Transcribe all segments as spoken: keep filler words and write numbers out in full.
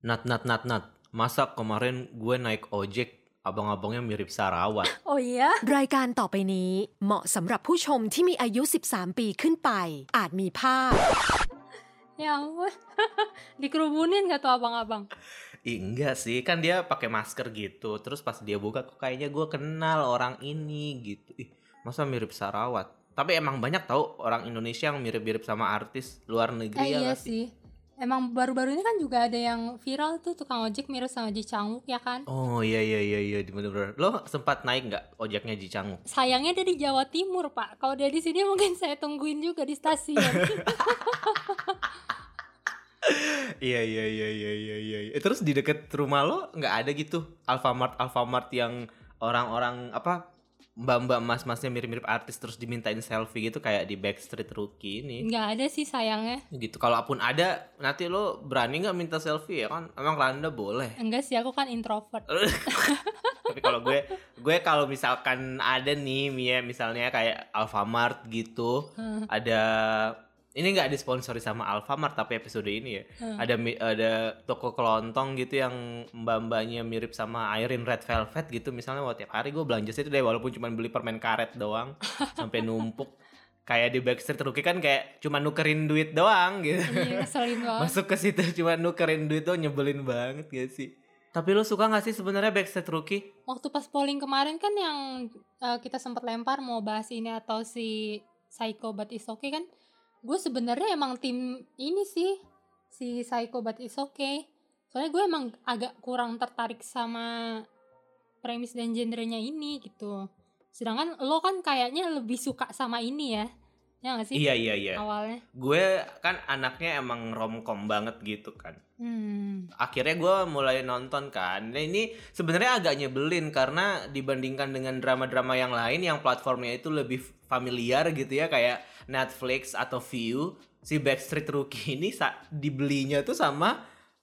Nat nat nat nat. Masa kemarin gue naik ojek abang-abangnya mirip Sarawat. โอ้ยะรายการต่อไปนี้เหมาะสำหรับผู้ชมที่มีอายุสิบสามปีขึ้นไปอาจมีภาพ Ya ampun. Dikerubunin gak tuh abang-abang? Ih, enggak sih, kan dia pakai masker gitu. Terus pas dia buka kok kayaknya gue kenal orang ini gitu. Ih, masa mirip Sarawat? Tapi emang banyak tau orang Indonesia yang mirip-mirip sama artis luar negeri Eh, ya iya nggak sih? sih. Emang baru-baru ini kan juga ada yang viral tuh tukang ojek mirip sama Ji Changwook ya kan? Oh iya iya iya iya bener-bener. Lo sempat naik nggak ojeknya Ji Changwook? Sayangnya dia di Jawa Timur, Pak. Kalau dia di sini mungkin saya tungguin juga di stasiun. Iya iya iya iya iya iya. Eh, terus di deket rumah lo nggak ada gitu Alfamart Alfamart yang orang-orang apa mbak-mbak mas-masnya mirip-mirip artis terus dimintain selfie gitu kayak di Backstreet Rookie ini Nggak ada sih sayangnya. gitu. Kalaupun ada nanti lo berani nggak minta selfie ya kan? Emang Randa boleh. Enggak sih, aku kan introvert. Tapi kalau gue gue kalau misalkan ada nih Mia misalnya kayak Alfamart gitu ada ini nggak disponsori sama Alfamart tapi episode ini ya Hmm. ada mi- ada toko kelontong gitu yang mbak-mbaknya mirip sama Irene Red Velvet gitu misalnya wah tiap hari gue belanja situ deh walaupun cuma beli permen karet doang sampai numpuk kayak di Backstreet Rookie kan kayak cuma nukerin duit doang gitu. Iya, ngeselin banget. Masuk ke situ cuma nukerin duit doang nyebelin banget gak sih? Tapi lo suka gak sih sebenarnya Backstreet Rookie? Waktu pas polling kemarin kan yang uh, kita sempat lempar mau bahas ini atau si Psycho But It's Okay kan, gue sebenarnya emang tim ini sih si Psycho But It's Okay. Soalnya gue emang agak kurang tertarik sama premis dan genrenya ini gitu. Sedangkan lo kan kayaknya lebih suka sama ini ya, ya nggak sih? Iya iya iya. Awalnya. Gue kan anaknya emang romcom banget gitu kan. Hmm. Akhirnya gue mulai nonton kan. Nah ini sebenarnya agak nyebelin karena dibandingkan dengan drama-drama yang lain yang platformnya itu lebih familiar gitu ya kayak Netflix atau Viu, si Backstreet Rookie ini sa- dibelinya tuh sama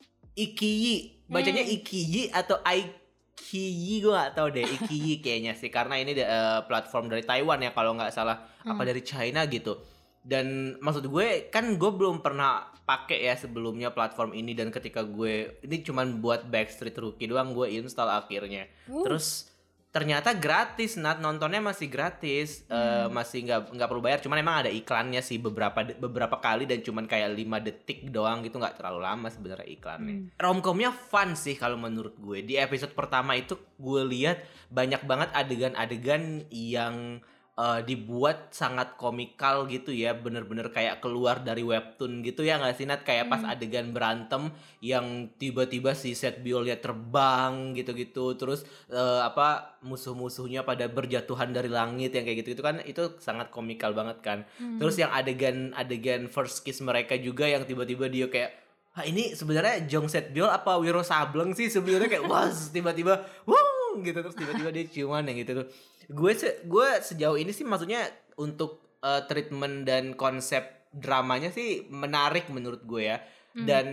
Ikiyi. Bacanya Hmm. Ikiyi atau Ikiyi gue gak tahu deh. Ikiyi kayaknya sih karena ini uh, platform dari Taiwan ya kalau nggak salah apa Hmm. dari China gitu. Dan maksud gue kan gue belum pernah pakai ya sebelumnya platform ini dan ketika gue ini cuman buat Backstreet Rookie doang gue install akhirnya. Uh. Terus ternyata gratis, Nat, nontonnya masih gratis, eh, masih nggak nggak perlu bayar. Cuman emang ada iklannya sih beberapa beberapa kali dan cuman kayak lima detik doang gitu, nggak terlalu lama sebenarnya iklannya. Romcomnya fun sih kalau menurut gue. Di episode pertama itu gue lihat banyak banget adegan-adegan yang Uh, dibuat sangat komikal gitu ya, bener-bener kayak keluar dari webtoon gitu ya nggak sih Nat? Kayak pas adegan berantem yang tiba-tiba si Seth Biolia terbang gitu-gitu, terus uh, apa musuh-musuhnya pada berjatuhan dari langit yang kayak gitu-gitu kan, itu sangat komikal banget kan. Terus yang adegan-adegan first kiss mereka juga yang tiba-tiba dia kayak ah ini sebenarnya Jong Seth Biol apa Wiro Sableng sih sebenarnya kayak wah tiba-tiba wow gitu terus tiba-tiba dia ciuman yang gitu tuh. Gue se- gue sejauh ini sih maksudnya untuk uh, treatment dan konsep dramanya sih menarik menurut gue ya. Dan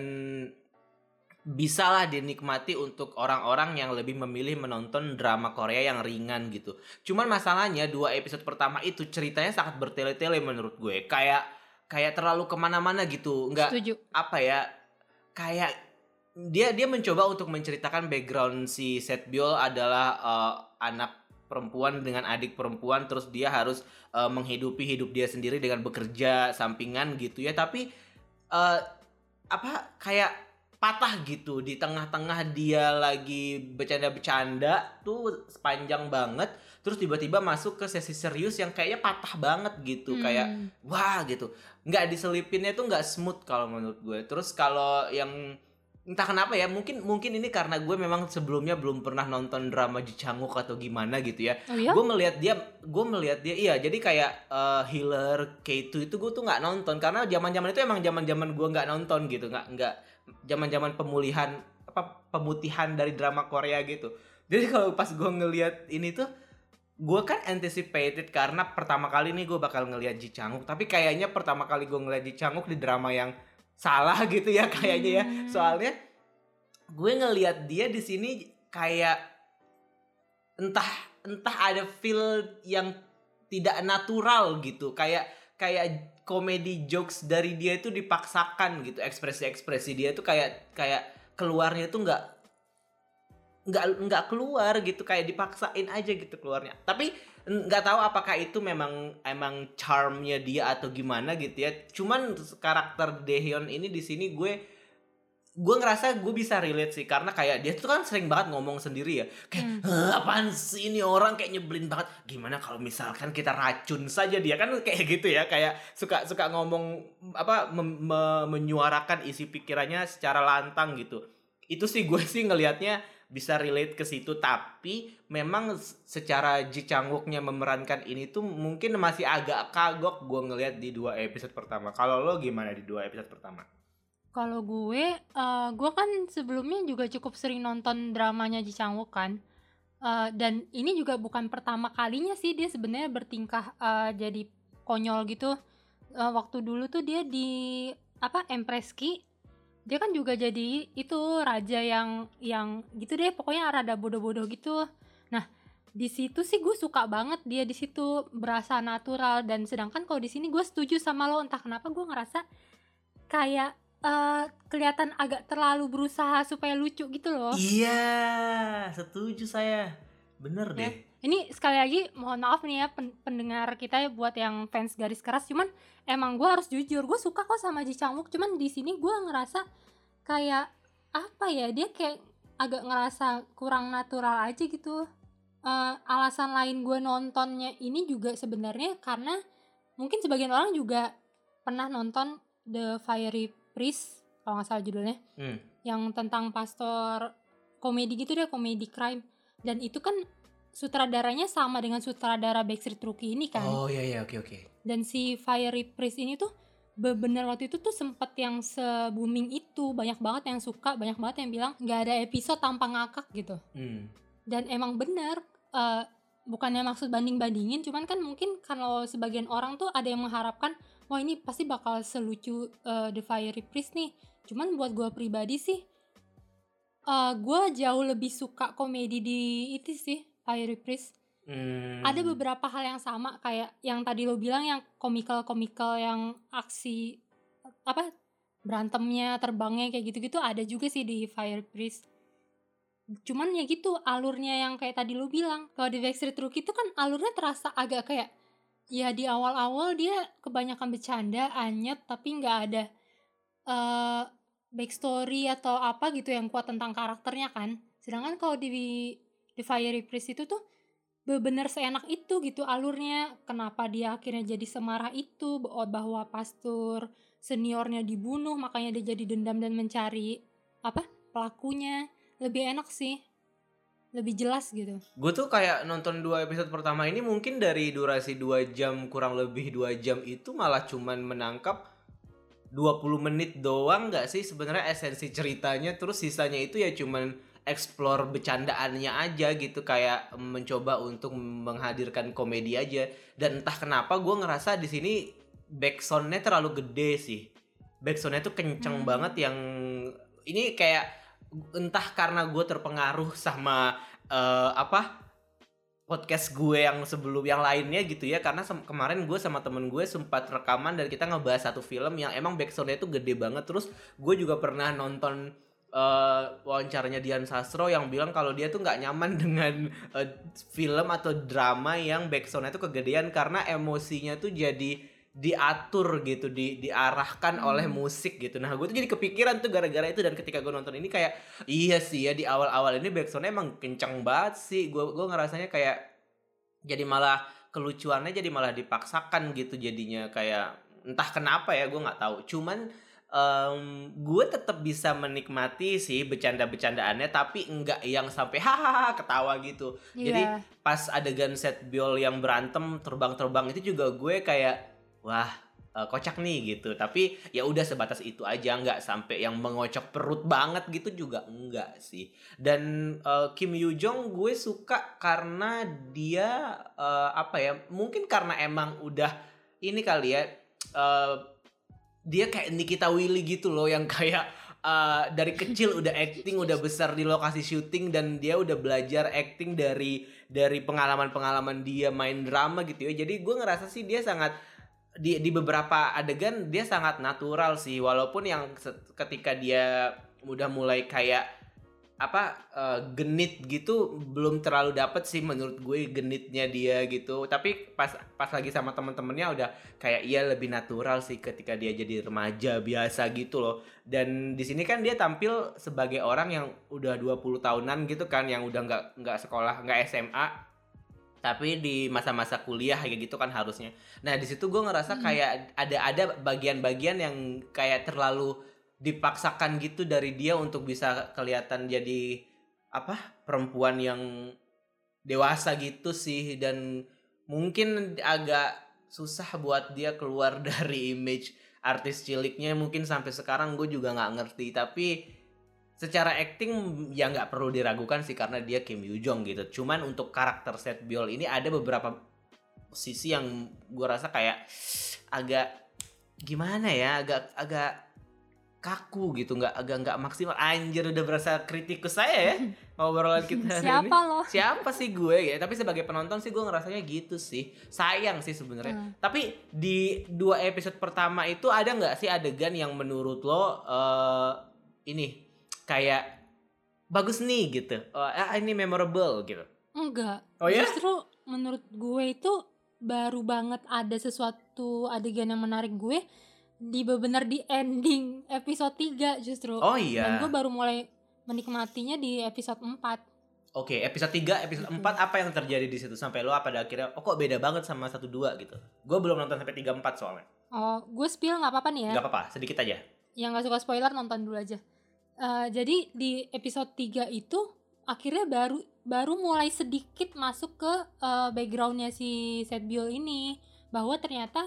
bisalah dinikmati untuk orang-orang yang lebih memilih menonton drama Korea yang ringan gitu. Cuman masalahnya dua episode pertama itu ceritanya sangat bertele-tele menurut gue. Kayak kayak terlalu kemana-mana gitu. Nggak Setuju. apa ya? Kayak dia dia mencoba untuk menceritakan background si Seth Biol adalah uh, anak perempuan dengan adik perempuan, terus dia harus uh, menghidupi hidup dia sendiri dengan bekerja sampingan gitu ya, tapi uh, apa kayak patah gitu di tengah-tengah dia lagi bercanda-bercanda tuh sepanjang banget, terus tiba-tiba masuk ke sesi serius yang kayaknya patah banget gitu. Kayak wah gitu, nggak diselipinnya tuh nggak smooth kalau menurut gue. Terus kalau yang entah kenapa ya, mungkin mungkin ini karena gue memang sebelumnya belum pernah nonton drama Ji Changwook atau gimana gitu ya. Oh iya? Gue melihat dia, gue melihat dia, iya. Jadi kayak uh, Healer K two itu gue tuh nggak nonton karena zaman-zaman itu emang zaman-zaman gue nggak nonton gitu, nggak nggak zaman-zaman pemulihan apa pemutihan dari drama Korea gitu. Jadi kalau pas gue ngelihat ini tuh, gue kan anticipated karena pertama kali nih gue bakal ngelihat Ji Changwook, tapi kayaknya pertama kali gue ngelihat Ji Changwook di drama yang salah gitu ya kayaknya ya. Soalnya gue ngelihat dia di sini kayak entah entah ada feel yang tidak natural gitu. Kayak kayak komedi jokes dari dia itu dipaksakan gitu. Ekspresi-ekspresi dia tuh kayak kayak keluarnya itu nggak nggak nggak keluar gitu, kayak dipaksain aja gitu keluarnya. Tapi nggak tahu apakah itu memang emang charmnya dia atau gimana gitu ya. Cuman karakter Daehyun ini di sini gue gue ngerasa gue bisa relate sih, karena kayak dia tuh kan sering banget ngomong sendiri ya, kayak hmm. apaan sih ini orang, kayak nyebelin banget. Gimana kalau misalkan kita racun saja dia, kan kayak gitu ya, kayak suka suka ngomong apa mem- me- menyuarakan isi pikirannya secara lantang gitu. Itu sih gue sih ngelihatnya bisa relate ke situ. Tapi memang secara Ji Chang-wooknya memerankan ini tuh mungkin masih agak kagok gue ngelihat di dua episode pertama. Kalau lo gimana di dua episode pertama? Kalau gue, uh, gue kan sebelumnya juga cukup sering nonton dramanya Ji Chang-wook kan, uh, dan ini juga bukan pertama kalinya sih dia sebenarnya bertingkah uh, jadi konyol gitu. Uh, waktu dulu tuh dia di apa Empress Ki, dia kan juga jadi itu raja yang yang gitu deh, pokoknya rada bodoh-bodoh gitu. Nah di situ sih gue suka banget dia di situ berasa natural, dan sedangkan kalau di sini gue setuju sama lo, entah kenapa gue ngerasa kayak Uh, kelihatan agak terlalu berusaha supaya lucu gitu loh. Iya, setuju saya. Bener deh. Ya. Ini sekali lagi mohon maaf nih ya pen- pendengar kita ya, buat yang fans garis keras, cuman emang gue harus jujur, gue suka kok sama Ji Chang-wook. Cuman di sini gue ngerasa kayak apa ya, dia kayak agak ngerasa kurang natural aja gitu. Uh, alasan lain gue nontonnya ini juga sebenarnya karena mungkin sebagian orang juga pernah nonton The Fiery Priest, kalau nggak salah judulnya, hmm. yang tentang pastor komedi gitu deh, komedi crime, dan itu kan sutradaranya sama dengan sutradara Backstreet Rookie ini kan. Oh iya iya oke oke. Dan si Fiery Priest ini tuh bener waktu itu tuh sempet yang se-booming itu, banyak banget yang suka, banyak banget yang bilang nggak ada episode tanpa ngakak gitu. Hmm. Dan emang bener, uh, bukannya maksud banding-bandingin, cuman kan mungkin kalau sebagian orang tuh ada yang mengharapkan wah ini pasti bakal selucu uh, The Fiery Priest nih. Cuman buat gue pribadi sih, uh, gue jauh lebih suka komedi di itu sih, Fiery Priest. Hmm. Ada beberapa hal yang sama kayak yang tadi lo bilang, yang komikal-komikal, yang aksi apa berantemnya, terbangnya kayak gitu-gitu ada juga sih di Fiery Priest. Cuman ya gitu alurnya yang kayak tadi lo bilang. Kalau di Backstreet Rookie itu kan alurnya terasa agak kayak ya di awal-awal dia kebanyakan bercanda, anyep, tapi nggak ada uh, backstory atau apa gitu yang kuat tentang karakternya kan. Sedangkan kalau di The Fiery Priest itu tuh bener seenak itu gitu alurnya. Kenapa dia akhirnya jadi semarah itu bahwa pastor seniornya dibunuh, makanya dia jadi dendam dan mencari apa pelakunya. Lebih enak sih, lebih jelas gitu. Gue tuh kayak nonton dua episode pertama ini, mungkin dari durasi dua jam, kurang lebih dua jam itu malah cuman menangkap dua puluh menit doang gak sih sebenarnya esensi ceritanya. Terus sisanya itu ya cuman explore bercandaannya aja gitu, kayak mencoba untuk menghadirkan komedi aja. Dan entah kenapa gue ngerasa di sini backsoundnya terlalu gede sih. Backsoundnya tuh kenceng hmm. banget, yang ini kayak entah karena gue terpengaruh sama uh, apa podcast gue yang sebelum yang lainnya gitu ya, karena sem- kemarin gue sama temen gue sempat rekaman dan kita ngebahas satu film yang emang backsoundnya itu gede banget. Terus gue juga pernah nonton uh, wawancaranya Dian Sastro yang bilang kalau dia tuh nggak nyaman dengan uh, film atau drama yang backsoundnya tuh kegedean, karena emosinya tuh jadi diatur gitu, di diarahkan hmm. oleh musik gitu. Nah gue tuh jadi kepikiran tuh gara-gara itu, dan ketika gue nonton ini kayak iya sih ya, di awal-awal ini backsoundnya emang kencang banget sih. Gue gue ngerasanya kayak jadi malah kelucuannya jadi malah dipaksakan gitu jadinya, kayak entah kenapa ya, gue nggak tahu. Cuman um, gue tetap bisa menikmati sih bercanda-bercandaannya, tapi enggak yang sampai hahaha ketawa gitu. Yeah. Jadi pas adegan set biol yang berantem terbang-terbang itu juga gue kayak wah uh, kocak nih gitu. Tapi ya udah sebatas itu aja, nggak sampai yang mengocok perut banget gitu juga enggak sih. Dan uh, Kim Yoo Jong gue suka karena dia uh, apa ya, mungkin karena emang udah ini kali ya, uh, dia kayak Nikita Willy gitu loh, yang kayak uh, dari kecil udah acting, udah besar di lokasi syuting, dan dia udah belajar acting dari dari pengalaman-pengalaman dia main drama gitu ya. Jadi gue ngerasa sih dia sangat di di beberapa adegan dia sangat natural sih, walaupun yang ketika dia udah mulai kayak apa uh, genit gitu, belum terlalu dapet sih menurut gue genitnya dia gitu. Tapi pas pas lagi sama temen-temennya udah kayak iya lebih natural sih ketika dia jadi remaja biasa gitu loh. Dan di sini kan dia tampil sebagai orang yang udah dua puluh tahunan gitu kan, yang udah nggak nggak sekolah, nggak S M A, tapi di masa-masa kuliah kayak gitu kan harusnya. Nah di situ gue ngerasa hmm. kayak ada ada bagian-bagian yang kayak terlalu dipaksakan gitu dari dia untuk bisa kelihatan jadi apa perempuan yang dewasa gitu sih, dan mungkin agak susah buat dia keluar dari image artis ciliknya. Mungkin sampai sekarang gue juga nggak ngerti, tapi secara acting ya nggak perlu diragukan sih karena dia Kim Yoo Jong gitu. Cuman untuk karakter Seth Byul ini ada beberapa sisi yang gue rasa kayak agak gimana ya, agak agak kaku gitu, nggak agak nggak maksimal. Anjir, udah berasa kritikus saya ya ngobrolan kita hari siapa ini. lo? Siapa sih gue ya? Tapi sebagai penonton sih gue ngerasanya gitu sih. Sayang sih sebenarnya. Hmm. Tapi di dua episode pertama itu ada nggak sih adegan yang menurut lo uh, ini kayak bagus nih gitu? Oh, ah, ini memorable gitu? Enggak. Oh ya? Justru menurut gue itu baru banget ada sesuatu adegan yang menarik gue di benar di ending episode tiga justru. Oh iya. Dan gue baru mulai menikmatinya di episode empat. Oke, episode tiga, episode gitu. empat apa yang terjadi di situ sampai lo pada akhirnya oh kok beda banget sama satu dua gitu. Gue belum nonton sampai tiga empat soalnya. Oh, gue spill enggak apa-apa nih ya. Enggak apa-apa, sedikit aja. Yang enggak suka spoiler nonton dulu aja. Uh, jadi di episode tiga itu akhirnya baru baru mulai sedikit masuk ke uh, backgroundnya si Seth Byul ini, bahwa ternyata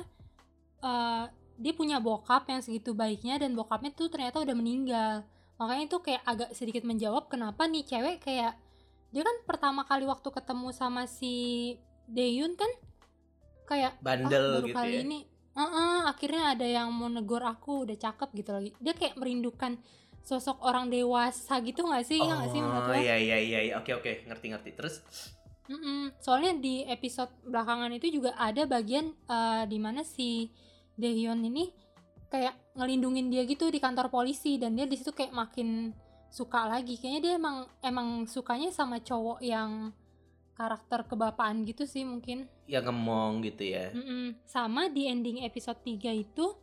uh, dia punya bokap yang segitu baiknya dan bokapnya tuh ternyata udah meninggal. Makanya itu kayak agak sedikit menjawab kenapa nih cewek kayak dia kan pertama kali waktu ketemu sama si Daehyun kan kayak bandel ah, baru gitu kali ya. ini uh-uh, akhirnya ada yang mau negor aku, udah cakep gitu lagi. Dia kayak merindukan sosok orang dewasa gitu nggak sih? Oh ya nggak sih menurut lo? iya iya iya iya. Oke oke, ngerti ngerti. Terus Mm-mm. Soalnya di episode belakangan itu juga ada bagian uh, di mana si Daehyun ini kayak ngelindungin dia gitu di kantor polisi, dan dia di situ kayak makin suka lagi. Kayaknya dia emang emang sukanya sama cowok yang karakter kebapaan gitu sih mungkin. Yang ngemong gitu ya. Mm-mm. Sama di ending episode tiga itu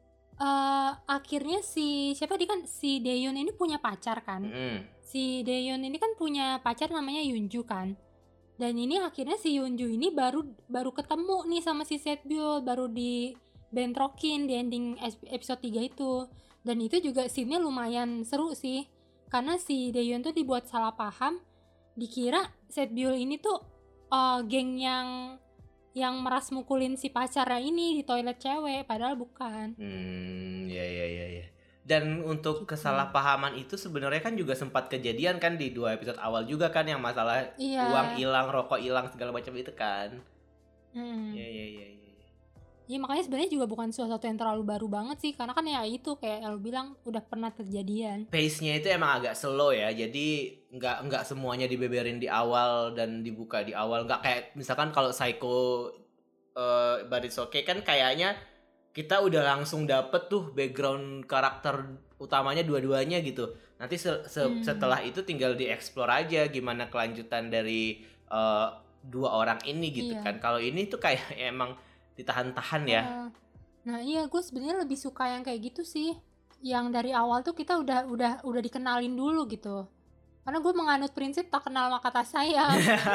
uh, akhirnya si siapa dia kan si Daehyun ini punya pacar kan. Mm. Si Daehyun ini kan punya pacar namanya Yoonju kan. Dan ini akhirnya si Yoonju ini baru baru ketemu nih sama si Seth Byul, baru di bentrokin di ending episode tiga itu. Dan itu juga scene-nya lumayan seru sih, karena si Daehyun tuh dibuat salah paham, dikira Seth Byul ini tuh uh, geng yang yang meras mukulin si pacarnya ini di toilet cewek, padahal bukan. Hmm, ya ya ya ya. Dan untuk gitu. Kesalahpahaman itu sebenarnya kan juga sempat kejadian kan di dua episode awal juga kan, yang masalah iya. Uang hilang, rokok hilang, segala macam itu kan. Hmm. Ya ya ya ya. Ya makanya sebenarnya juga bukan sesuatu yang terlalu baru banget sih, karena kan ya itu kayak lo bilang udah pernah kejadian. Pace-nya itu emang agak slow ya, jadi nggak nggak semuanya dibeberin di awal dan dibuka di awal. Nggak kayak misalkan kalau Psycho uh, But It's Okay kan kayaknya kita udah langsung dapet tuh background karakter utamanya dua-duanya gitu. Nanti se- se- hmm. setelah itu tinggal dieksplor aja gimana kelanjutan dari uh, dua orang ini gitu iya. kan. Kalau ini tuh kayak emang ditahan-tahan ya. Uh, nah iya, gue sebenarnya lebih suka yang kayak gitu sih, yang dari awal tuh kita udah udah udah dikenalin dulu gitu. Karena gue menganut prinsip tak kenal maka tak sayang.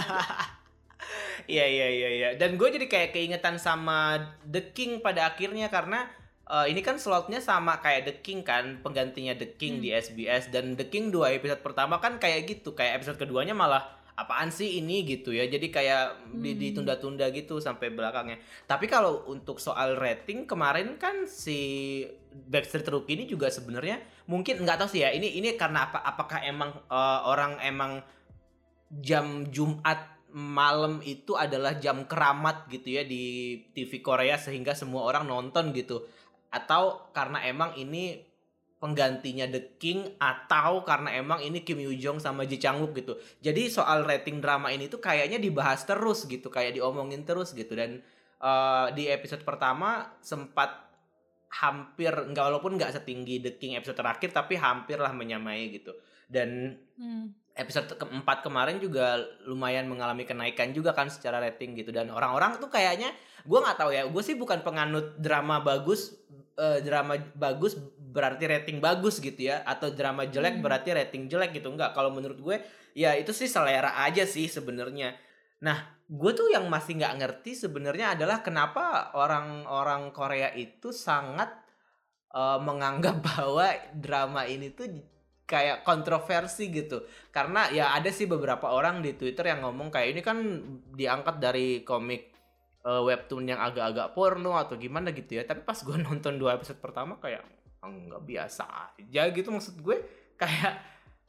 Iya iya iya iya. Dan gue jadi kayak keingetan sama The King pada akhirnya, karena uh, ini kan slotnya sama kayak The King kan, penggantinya The King hmm. di S B S. Dan The King dua episode pertama kan kayak gitu, kayak episode keduanya malah apaan sih ini gitu ya, jadi kayak hmm. ditunda-tunda gitu sampai belakangnya. Tapi kalau untuk soal rating kemarin kan si Backstreet Rookie ini juga sebenarnya mungkin nggak tahu sih ya, ini ini karena apa, apakah emang uh, orang emang jam Jumat malam itu adalah jam keramat gitu ya di T V Korea sehingga semua orang nonton gitu, atau karena emang ini penggantinya The King, atau karena emang ini Kim Yoo Jong sama Ji Chang Wook gitu. Jadi soal rating drama ini tuh kayaknya dibahas terus gitu, kayak diomongin terus gitu. Dan uh, di episode pertama sempat hampir nggak, walaupun nggak setinggi The King episode terakhir tapi hampir lah menyamai gitu. Dan hmm. episode keempat kemarin juga lumayan mengalami kenaikan juga kan secara rating gitu. Dan orang-orang tuh kayaknya, gue nggak tahu ya, gue sih bukan penganut drama bagus uh, drama bagus berarti rating bagus gitu ya, atau drama jelek hmm. berarti rating jelek gitu. Enggak, kalau menurut gue ya itu sih selera aja sih sebenarnya. Nah, gue tuh yang masih nggak ngerti sebenarnya adalah kenapa orang-orang Korea itu sangat uh, menganggap bahwa drama ini tuh kayak kontroversi gitu. Karena ya ada sih beberapa orang di Twitter yang ngomong kayak ini kan diangkat dari komik uh, webtoon yang agak-agak porno atau gimana gitu ya. Tapi pas gue nonton dua episode pertama kayak enggak, biasa aja gitu. Maksud gue kayak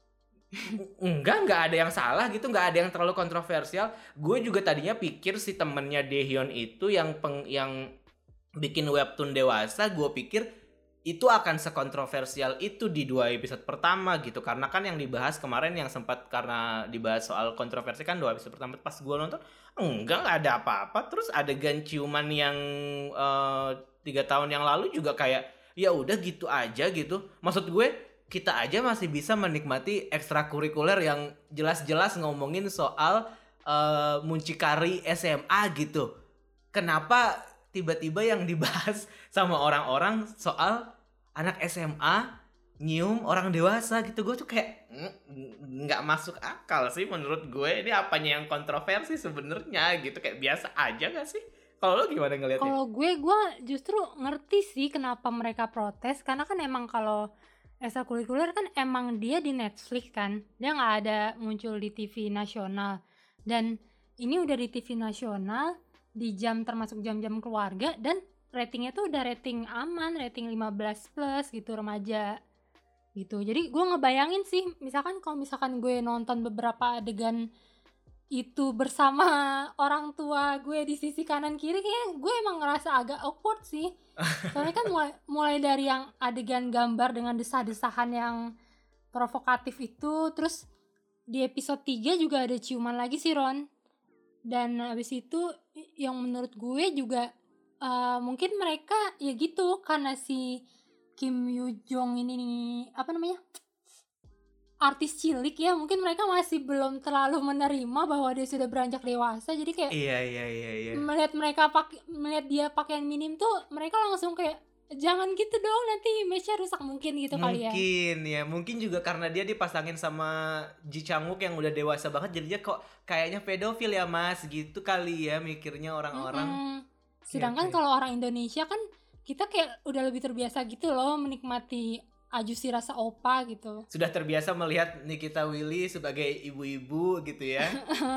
enggak, enggak ada yang salah gitu, enggak ada yang terlalu kontroversial. Gue juga tadinya pikir si temennya Daehyun itu yang peng, yang bikin webtoon dewasa, gue pikir itu akan sekontroversial itu di dua episode pertama gitu. Karena kan yang dibahas kemarin yang sempat karena dibahas soal kontroversi kan dua episode pertama, pas gue nonton enggak, enggak ada apa-apa. Terus adegan ciuman yang uh, tiga tahun yang lalu juga kayak ya udah gitu aja gitu. Maksud gue kita aja masih bisa menikmati ekstrakurikuler yang jelas-jelas ngomongin soal uh, muncikari S M A gitu. Kenapa tiba-tiba yang dibahas sama orang-orang soal anak S M A nyium orang dewasa gitu? Gue tuh kayak nggak masuk akal sih menurut gue. Ini apanya yang kontroversi sebenarnya gitu? Kayak biasa aja nggak sih? Kalau lo gimana ngeliatnya? Kalau gue, gue justru ngerti sih kenapa mereka protes. Karena kan emang kalau ekstrakurikuler kan emang dia di Netflix kan, dia nggak ada muncul di T V nasional. Dan ini udah di T V nasional di jam termasuk jam-jam keluarga, dan ratingnya tuh udah rating aman, rating lima belas plus gitu, remaja gitu. Jadi gue ngebayangin sih, misalkan kalau misalkan gue nonton beberapa adegan itu bersama orang tua gue di sisi kanan kiri, kayaknya gue emang ngerasa agak awkward sih. Soalnya kan mulai, mulai dari yang adegan gambar dengan desah-desahan yang provokatif itu, terus di episode tiga juga ada ciuman lagi sih Ron. Dan habis itu yang menurut gue juga uh, mungkin mereka ya gitu, karena si Kim Yoo Jong ini nih, apa namanya, artis cilik ya, mungkin mereka masih belum terlalu menerima bahwa dia sudah beranjak dewasa. Jadi kayak iya iya iya iya melihat mereka pakai, melihat dia pakaian minim tuh, mereka langsung kayak jangan gitu dong, nanti image-nya rusak mungkin gitu mungkin, kali ya. Mungkin ya, mungkin juga karena dia dipasangin sama Ji Chang-wook yang udah dewasa banget, jadinya kok kayaknya pedofil ya mas gitu kali ya mikirnya orang-orang. Mm-hmm. Sedangkan okay, kalau orang Indonesia kan kita kayak udah lebih terbiasa gitu loh menikmati ajusi rasa opa gitu. Sudah terbiasa melihat Nikita Willy sebagai ibu-ibu gitu ya.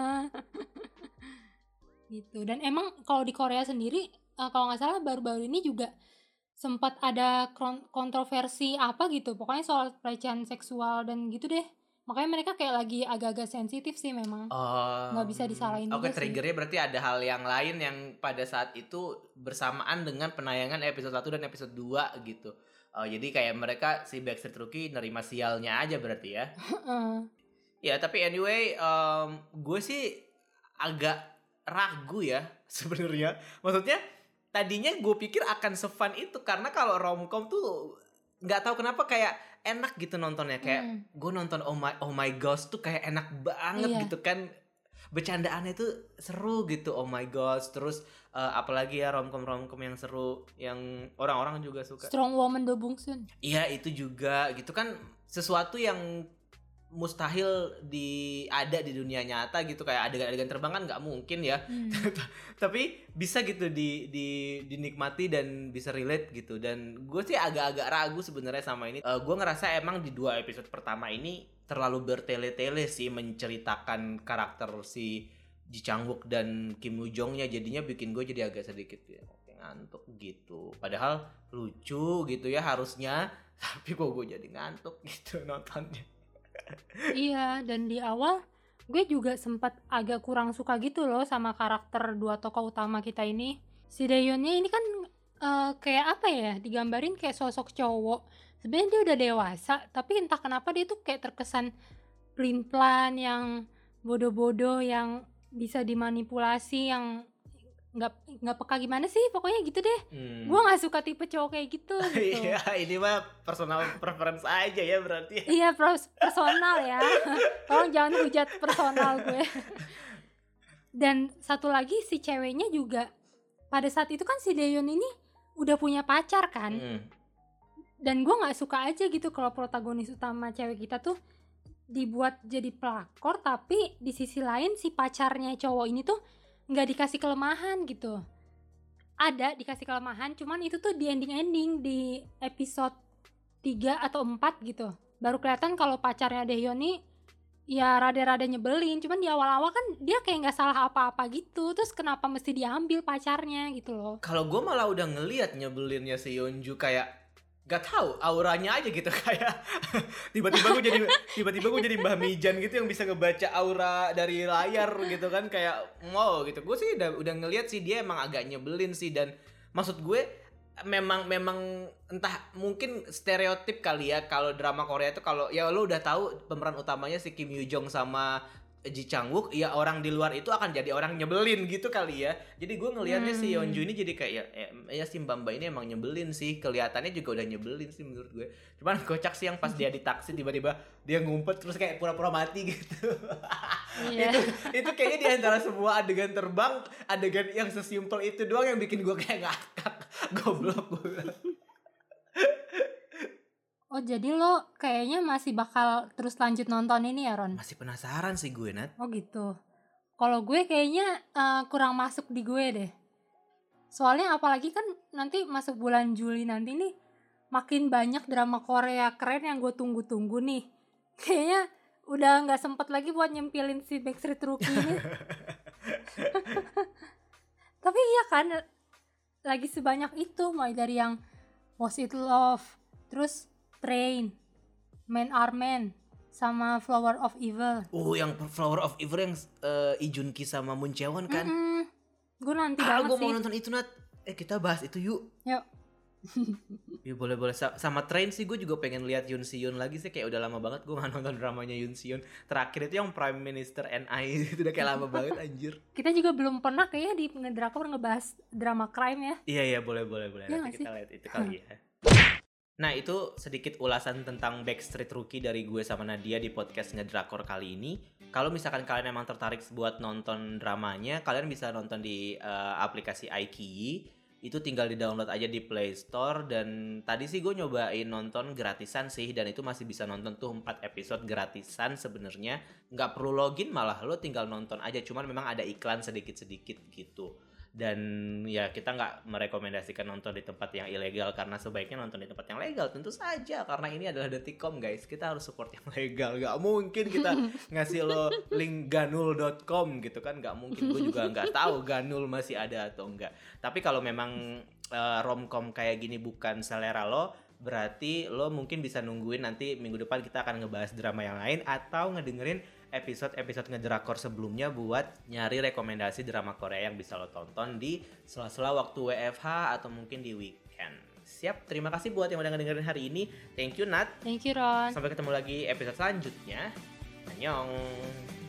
Gitu. Dan emang kalau di Korea sendiri, uh, kalau nggak salah baru-baru ini juga sempat ada kontroversi apa gitu, pokoknya soal pelecehan seksual dan gitu deh. Makanya mereka kayak lagi agak-agak sensitif sih memang. Oh, nggak bisa disalahin okay, juga sih. Oke, triggernya berarti ada hal yang lain yang pada saat itu bersamaan dengan penayangan episode satu dan episode dua gitu. Oh, jadi kayak mereka si Backstreet Rookie nerima sialnya aja berarti ya. Ya tapi anyway, um, gue sih agak ragu ya sebenarnya. Maksudnya tadinya gue pikir akan se-fun itu, karena kalau romcom tuh nggak tahu kenapa kayak enak gitu nontonnya. Kayak hmm. gue nonton Oh My Oh My Gosh tuh kayak enak banget iya, gitu kan. Bercandaannya tuh seru gitu. Oh My Gosh. Terus uh, apalagi ya romcom-romcom yang seru yang orang-orang juga suka. Strong Woman Do Bong Soon. Iya itu juga gitu kan, sesuatu yang mustahil di ada di dunia nyata gitu, kayak adegan-adegan terbang kan nggak mungkin ya. Hmm. Tapi bisa gitu di, di dinikmati dan bisa relate gitu. Dan gue sih agak-agak ragu sebenarnya sama ini. Uh, gue ngerasa emang di dua episode pertama ini terlalu bertele-tele sih menceritakan karakter si Ji Chang-wook dan Kim Yoo Jong-nya, jadinya bikin gue jadi agak sedikit ya, ngantuk gitu. Padahal lucu gitu ya harusnya, tapi kok gue jadi ngantuk gitu nontonnya. Iya, dan di awal gue juga sempat agak kurang suka gitu loh sama karakter dua tokoh utama kita ini. Si Daehyunnya ini kan uh, kayak apa ya, digambarin kayak sosok cowok. Sebenarnya dia udah dewasa, tapi entah kenapa dia tuh kayak terkesan pelin-pelan, yang bodoh-bodoh, yang bisa dimanipulasi, yang nggak nggak peka gimana sih, pokoknya gitu deh. Hmm. Gue nggak suka tipe cowok kayak gitu. gitu. Iya, ini mah personal preference aja ya berarti. Iya, pers- personal ya. Tolong jangan hujat personal gue. Dan satu lagi si ceweknya juga pada saat itu kan si Daeyeon ini udah punya pacar kan. Hmm. Dan gue nggak suka aja gitu kalau protagonis utama cewek kita tuh dibuat jadi pelakor, tapi di sisi lain si pacarnya cowok ini tuh nggak dikasih kelemahan gitu. Ada dikasih kelemahan, cuman itu tuh di ending-ending di episode tiga atau empat gitu. Baru kelihatan kalau pacarnya Daeyeon nih ya rada-rada nyebelin. Cuman di awal-awal kan dia kayak nggak salah apa-apa gitu. Terus kenapa mesti diambil pacarnya gitu loh. Kalau gue malah udah ngelihat nyebelinnya si Yeonju kayak gak tahu auranya aja gitu kayak tiba-tiba gue jadi tiba-tiba gue jadi Mbah Mijan gitu yang bisa ngebaca aura dari layar gitu kan kayak wow gitu. Gue sih udah udah ngelihat sih dia emang agak nyebelin sih, dan maksud gue memang memang entah mungkin stereotip kali ya kalau drama Korea itu kalau ya lo udah tahu pemeran utamanya si Kim Yoo Jong sama Ji Chang Wook, ya orang di luar itu akan jadi orang nyebelin gitu kali ya. Jadi gue ngelihatnya hmm. si Yeonju ini jadi kayak ya, ya, ya si Mbak Mbak ini emang nyebelin sih, kelihatannya juga udah nyebelin sih menurut gue. Cuman kocak sih yang pas dia di taksi tiba-tiba dia ngumpet terus kayak pura-pura mati gitu. Yeah. itu itu kayaknya di antara semua adegan terbang, adegan yang sesimpel itu doang yang bikin gue kayak ngakak, goblok gue. Oh jadi lo kayaknya masih bakal terus lanjut nonton ini ya Ron? Masih penasaran sih gue Nat. Oh gitu. Kalau gue kayaknya uh, kurang masuk di gue deh. Soalnya apalagi kan nanti masuk bulan Juli nanti nih makin banyak drama Korea keren yang gue tunggu-tunggu nih. Kayaknya udah gak sempet lagi buat nyempilin si Backstreet Rookie ini. Tapi iya kan, lagi sebanyak itu, mulai dari yang Was It Love, terus Train, Man Are Man, sama Flower of Evil. Oh, yang Flower of Evil yang uh, Lee Jun Ki sama Moon Jae-won kan? Mm-mm. Gue nanti ah, banget gua sih. mau nonton itu Nat. Eh kita bahas itu yuk. Yuk. Ya boleh-boleh. Sama Train sih gue juga pengen lihat Yoon Si Yoon lagi sih. Kayak udah lama banget gue gak nonton dramanya Yoon Si Yoon. Terakhir itu yang Prime Minister N I itu udah kayak lama banget anjir. Kita juga belum pernah kayaknya di Ngedrakor ngebahas drama crime ya. Iya iya boleh-boleh. Ya, nanti kita lihat itu kali ya. Nah itu sedikit ulasan tentang Backstreet Rookie dari gue sama Nadia di podcast Ngedrakor kali ini. Kalau misalkan kalian emang tertarik buat nonton dramanya, kalian bisa nonton di uh, aplikasi iQIYI. Itu tinggal di-download aja di Play Store. Dan tadi sih gue nyobain nonton gratisan sih, dan itu masih bisa nonton tuh empat episode gratisan sebenarnya. Nggak perlu login, malah lo tinggal nonton aja. Cuman memang ada iklan sedikit-sedikit gitu. Dan ya kita nggak merekomendasikan nonton di tempat yang ilegal, karena sebaiknya nonton di tempat yang legal tentu saja, karena ini adalah Detikcom guys, kita harus support yang legal. Nggak mungkin kita ngasih lo link ganul dot com gitu kan, nggak mungkin. Gue juga nggak tahu Ganul masih ada atau enggak. Tapi kalau memang uh, romcom kayak gini bukan selera lo, berarti lo mungkin bisa nungguin nanti minggu depan kita akan ngebahas drama yang lain, atau ngedengerin episode-episode Ngedrakor sebelumnya buat nyari rekomendasi drama Korea yang bisa lo tonton di sela-sela waktu W F H atau mungkin di weekend. Siap, terima kasih buat yang udah ngedengerin hari ini. Thank you Nat. Thank you Ron. Sampai ketemu lagi episode selanjutnya. Annyeong.